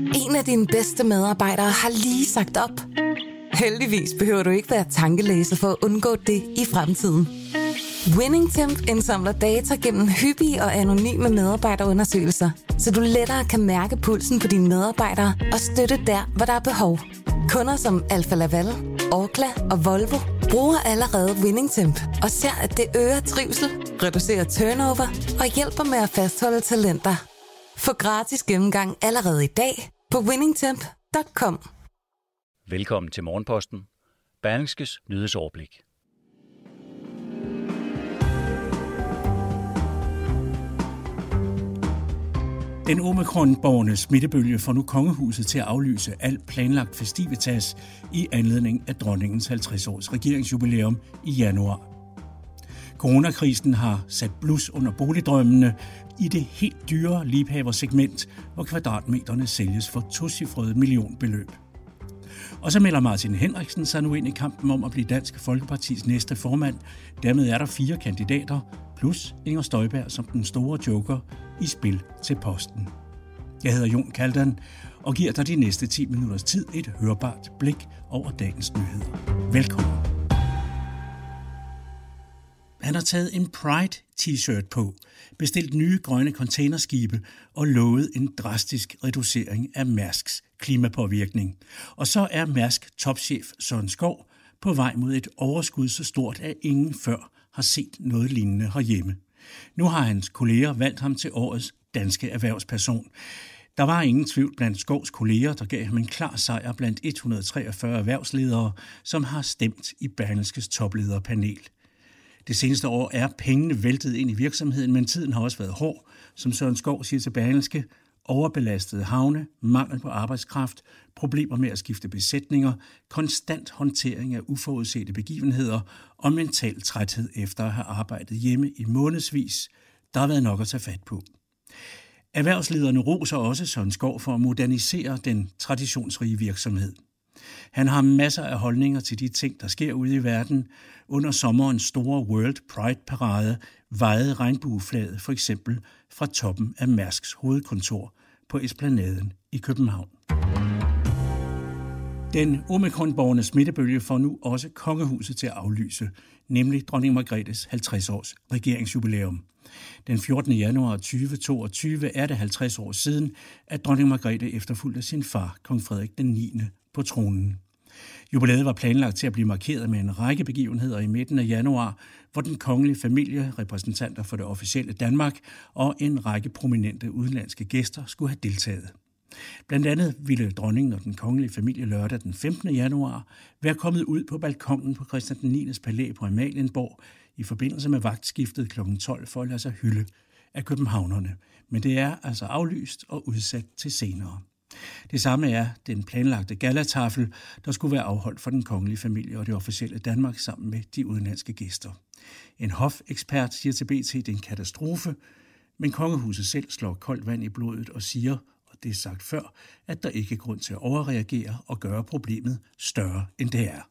En af dine bedste medarbejdere har lige sagt op. Heldigvis behøver du ikke være tankelæser for at undgå det i fremtiden. WinningTemp indsamler data gennem hyppige og anonyme medarbejderundersøgelser, så du lettere kan mærke pulsen på dine medarbejdere og støtte der, hvor der er behov. Kunder som Alfa Laval, Orkla og Volvo bruger allerede WinningTemp og ser, at det øger trivsel, reducerer turnover og hjælper med at fastholde talenter. Få gratis gennemgang allerede i dag på winningtemp.com. Velkommen til Morgenposten. Berlingskes nyhedsoverblik. Den omikron-bårne smittebølge får nu kongehuset til at aflyse alt planlagt festivitas i anledning af dronningens 50-års regeringsjubilæum i januar. Coronakrisen har sat blus under boligdrømmene i det helt dyre liebhaversegment, hvor kvadratmeterne sælges for tocifrede millionbeløb. Og så melder Martin Henriksen sig nu ind i kampen om at blive Dansk Folkepartis næste formand. Dermed er der 4 kandidater, plus Inger Støjberg som den store joker i spil til posten. Jeg hedder Jon Kaldan og giver dig de næste 10 minutters tid et hørbart blik over dagens nyheder. Velkommen. Han har taget en Pride-t-shirt på, bestilt nye grønne containerskibe og lovet en drastisk reducering af Mærsks klimapåvirkning. Og så er Mærsk topchef Søren Skou på vej mod et overskud så stort, at ingen før har set noget lignende herhjemme. Nu har hans kolleger valgt ham til årets danske erhvervsperson. Der var ingen tvivl blandt Skovs kolleger, der gav ham en klar sejr blandt 143 erhvervsledere, som har stemt i Berlingskes toplederpanel. Det seneste år er pengene væltet ind i virksomheden, men tiden har også været hård, som Søren Skou siger til Berlingske. Overbelastede havne, mangel på arbejdskraft, problemer med at skifte besætninger, konstant håndtering af uforudsete begivenheder og mental træthed efter at have arbejdet hjemme i månedsvis. Der har været nok at tage fat på. Erhvervslederne roser også Søren Skou for at modernisere den traditionsrige virksomhed. Han har masser af holdninger til de ting, der sker ude i verden. Under sommerens store World Pride-parade vejede regnbueflaget for eksempel fra toppen af Mærsks hovedkontor på Esplanaden i København. Den omikron-bårne smittebølge får nu også kongehuset til at aflyse, nemlig dronning Margrethes 50-års regeringsjubilæum. Den 14. januar 2022 er det 50 år siden, at dronning Margrethe efterfulgte sin far, kong Frederik den 9. på tronen. Jubilæet var planlagt til at blive markeret med en række begivenheder i midten af januar, hvor den kongelige familie, repræsentanter for det officielle Danmark og en række prominente udenlandske gæster skulle have deltaget. Blandt andet ville dronningen og den kongelige familie lørdag den 15. januar være kommet ud på balkonen på Christian den 9. palæ på Amalienborg i forbindelse med vagtskiftet kl. 12 for at lade sig hylde af københavnerne. Men det er altså aflyst og udsat til senere. Det samme er den planlagte gallatafel, der skulle være afholdt for den kongelige familie og det officielle Danmark sammen med de udenlandske gæster. En hofekspert siger til BT, det er en katastrofe, men kongehuset selv slår koldt vand i blodet og siger, og det er sagt før, at der ikke er grund til at overreagere og gøre problemet større end det er.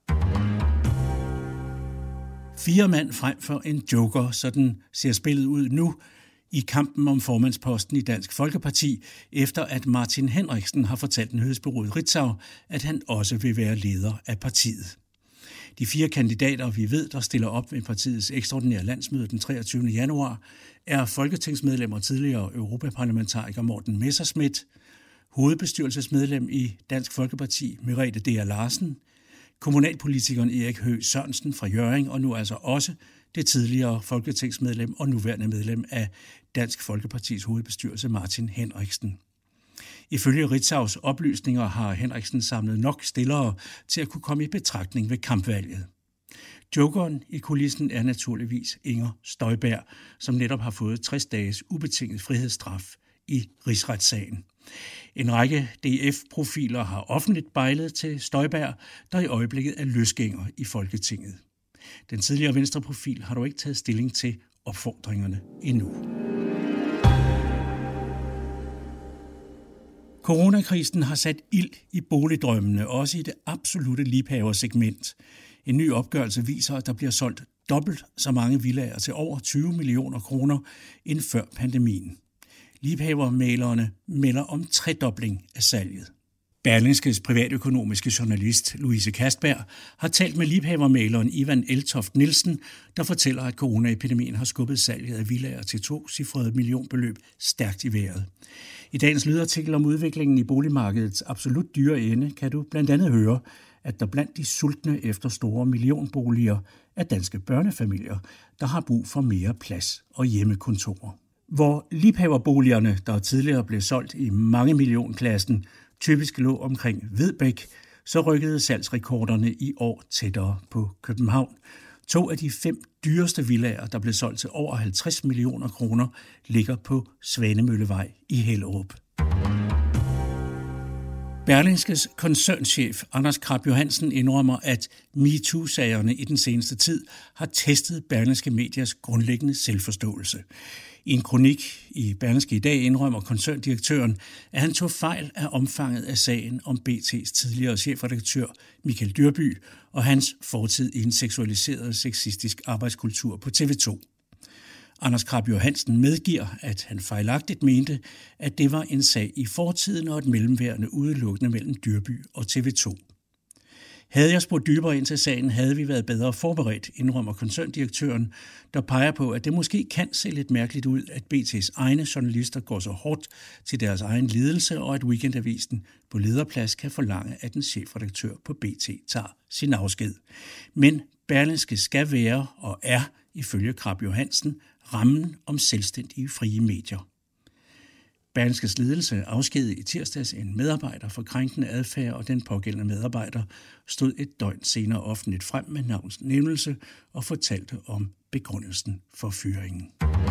4 mand frem for en joker, sådan ser spillet ud nu i kampen om formandsposten i Dansk Folkeparti, efter at Martin Henriksen har fortalt nyhedsbureauet Ritzau, at han også vil være leder af partiet. De 4 kandidater, vi ved, der stiller op ved partiets ekstraordinære landsmøde den 23. januar, er folketingsmedlem og tidligere europaparlamentariker Morten Messerschmidt, hovedbestyrelsesmedlem i Dansk Folkeparti Merete Dea Larsen, kommunalpolitikeren Erik Høgh Sørensen fra Hjørring og nu altså også det tidligere folketingsmedlem og nuværende medlem af Dansk Folkepartis hovedbestyrelse Martin Henriksen. Ifølge Ritzaus oplysninger har Henriksen samlet nok stillere til at kunne komme i betragtning ved kampvalget. Jokeren i kulissen er naturligvis Inger Støjberg, som netop har fået 60 dages ubetinget frihedsstraf i rigsretssagen. En række DF-profiler har offentligt bejlet til Støjberg, der i øjeblikket er løsgænger i Folketinget. Den tidligere venstreprofil har dog ikke taget stilling til opfordringerne endnu. Coronakrisen har sat ild i boligdrømmene, også i det absolutte liebhaversegment. En ny opgørelse viser, at der bliver solgt dobbelt så mange villaer til over 20 millioner kroner end før pandemien. Liebhavermalerne melder om tredobling af salget. Berlingskes privatøkonomiske journalist Louise Kastberg har talt med liebhavermaleren Ivan Eltoft Nielsen, der fortæller, at coronaepidemien har skubbet salget af villaer til 2-cifrede millionbeløb stærkt i vejret. I dagens lydartikel om udviklingen i boligmarkedets absolut dyre ende kan du blandt andet høre, at der blandt de sultne efter store millionboliger er danske børnefamilier, der har brug for mere plads og hjemmekontorer. Hvor liebhaverboligerne, der tidligere blev solgt i mange millionklassen, typisk lå omkring Vedbæk, så rykkede salgsrekorderne i år tættere på København. 2 af de 5 dyreste villaer, der blev solgt til over 50 millioner kroner, ligger på Svanemøllevej i Hellerup. Berlingskes koncernchef Anders Krab Johansen indrømmer, at MeToo-sagerne i den seneste tid har testet Berlingske Medias grundlæggende selvforståelse. I en kronik i Berlingske i dag indrømmer koncerndirektøren, at han tog fejl af omfanget af sagen om BT's tidligere chefredaktør Michael Dyrby og hans fortid i en seksualiseret sexistisk arbejdskultur på TV2. Anders Krab Johansen medgiver, at han fejlagtigt mente, at det var en sag i fortiden og et mellemværende udelukkende mellem Dyrby og TV2. Havde jeg spurgt dybere ind til sagen, havde vi været bedre forberedt, indrømmer koncerndirektøren, der peger på, at det måske kan se lidt mærkeligt ud, at BT's egne journalister går så hårdt til deres egen ledelse, og at Weekendavisen på lederplads kan forlange, at en chefredaktør på BT tager sin afsked. Men Berlingske skal være og er, ifølge Krab Johansen, rammen om selvstændige frie medier. Berlingskes ledelse afskedigede i tirsdags en medarbejder for krænkende adfærd, og den pågældende medarbejder stod et døgn senere offentligt frem med navns nævnelse og fortalte om begrundelsen for fyringen.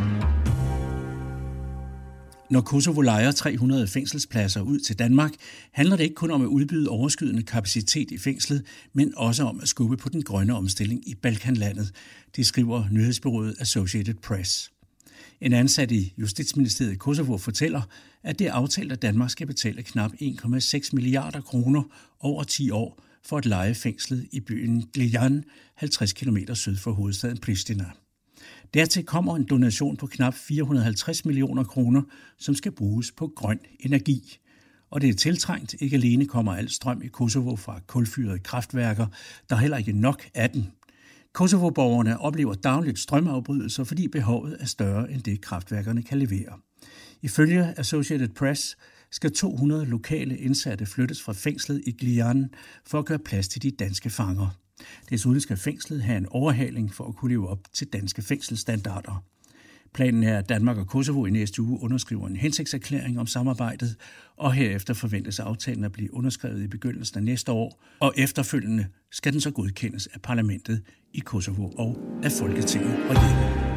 Når Kosovo lejer 300 fængselspladser ud til Danmark, handler det ikke kun om at udbyde overskydende kapacitet i fængslet, men også om at skubbe på den grønne omstilling i Balkanlandet, det skriver nyhedsbureauet Associated Press. En ansat i Justitsministeriet i Kosovo fortæller, at det er aftalt, at Danmark skal betale knap 1,6 milliarder kroner over 10 år for at leje fængslet i byen Gljan, 50 km syd for hovedstaden Pristina. Dertil kommer en donation på knap 450 millioner kroner, som skal bruges på grøn energi. Og det er tiltrængt. Ikke alene kommer al strøm i Kosovo fra kulfyrede kraftværker, der er heller ikke nok af den. Kosovo-borgerne oplever dagligt strømafbrydelser, fordi behovet er større end det kraftværkerne kan levere. Ifølge Associated Press skal 200 lokale indsatte flyttes fra fængslet i Gljan for at gøre plads til de danske fanger. Desuden skal fængslet have en overhaling for at kunne leve op til danske fængselsstandarder. Planen er, at Danmark og Kosovo i næste uge underskriver en hensigtserklæring om samarbejdet, og herefter forventes aftalen at blive underskrevet i begyndelsen af næste år, og efterfølgende skal den så godkendes af parlamentet i Kosovo og af Folketinget og hjemme.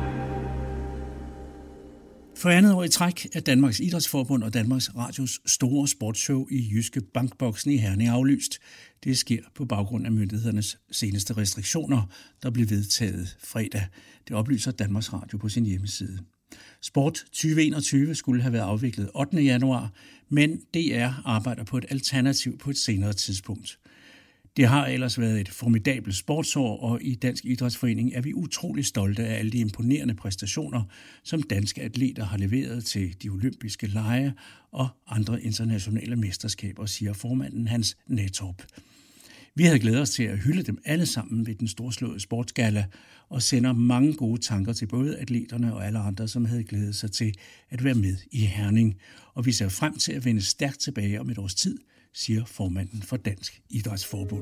For andet år i træk er Danmarks Idrætsforbund og Danmarks Radios store sportsshow i Jyske Bankboksen i Herning aflyst. Det sker på baggrund af myndighedernes seneste restriktioner, der blev vedtaget fredag. Det oplyser Danmarks Radio på sin hjemmeside. Sport 2021 skulle have været afviklet 8. januar, men DR arbejder på et alternativ på et senere tidspunkt. Det har ellers været et formidabelt sportsår, og i Dansk Idrætsforening er vi utrolig stolte af alle de imponerende præstationer, som danske atleter har leveret til de olympiske lege og andre internationale mesterskaber, siger formanden Hans Nætorp. Vi havde glædet os til at hylde dem alle sammen ved den storslåede sportsgala og sender mange gode tanker til både atleterne og alle andre, som havde glædet sig til at være med i Herning. Og vi ser frem til at vende stærkt tilbage om et års tid, siger formanden for Dansk Idrætsforbund.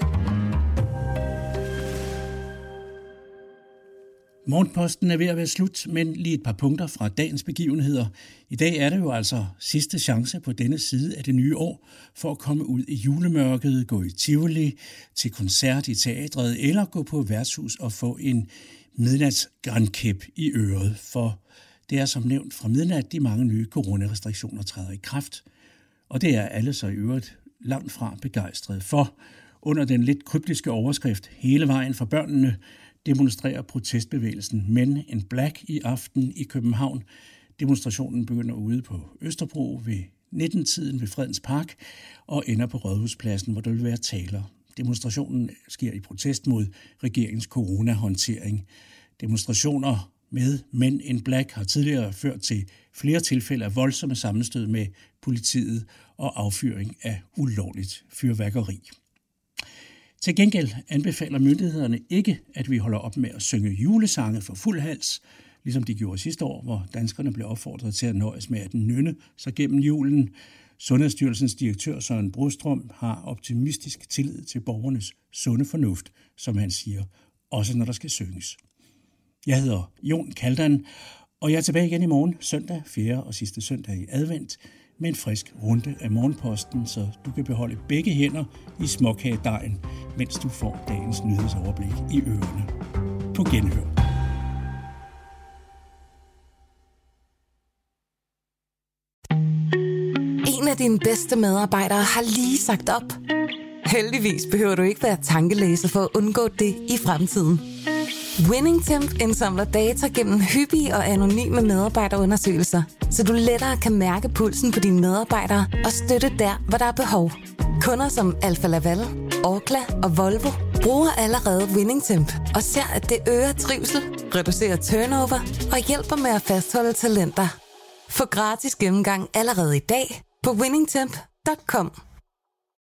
Morgenposten er ved at være slut, men lige et par punkter fra dagens begivenheder. I dag er det jo altså sidste chance på denne side af det nye år for at komme ud i julemørket, gå i Tivoli, til koncert i teatret eller gå på værtshus og få en midnatsgrandkæp i øret. For det er som nævnt fra midnat, de mange nye coronarestriktioner træder i kraft. Og det er alle så i øvrigt langt fra begejstrede for. Under den lidt kryptiske overskrift hele vejen for børnene demonstrerer protestbevægelsen Men in Black i aften i København. Demonstrationen begynder ude på Østerbro ved 19-tiden ved Fredens Park og ender på Rådhuspladsen, hvor der vil være taler. Demonstrationen sker i protest mod regeringens coronahåndtering. Demonstrationer med Men in Black har tidligere ført til flere tilfælde af voldsomme sammenstød med politiet og affyring af ulovligt fyrværkeri. Til gengæld anbefaler myndighederne ikke, at vi holder op med at synge julesange for fuld hals, ligesom de gjorde sidste år, hvor danskerne blev opfordret til at nøjes med at nynne sig gennem julen. Sundhedsstyrelsens direktør Søren Brostrøm har optimistisk tillid til borgernes sunde fornuft, som han siger, også når der skal synges. Jeg hedder Jon Kaldan, og jeg er tilbage igen i morgen, søndag, 4. og sidste søndag i advent, med en frisk runde af Morgenposten, så du kan beholde begge hænder i småkagedejen, mens du får dagens nyhedsoverblik i ørerne. På genhør. En af dine bedste medarbejdere har lige sagt op. Heldigvis behøver du ikke være tankelæser for at undgå det i fremtiden. WinningTemp indsamler data gennem hyppige og anonyme medarbejderundersøgelser, så du lettere kan mærke pulsen på dine medarbejdere og støtte der, hvor der er behov. Kunder som Alfa Laval, Orkla og Volvo bruger allerede WinningTemp og ser, at det øger trivsel, reducerer turnover og hjælper med at fastholde talenter. Få gratis gennemgang allerede i dag på winningtemp.com.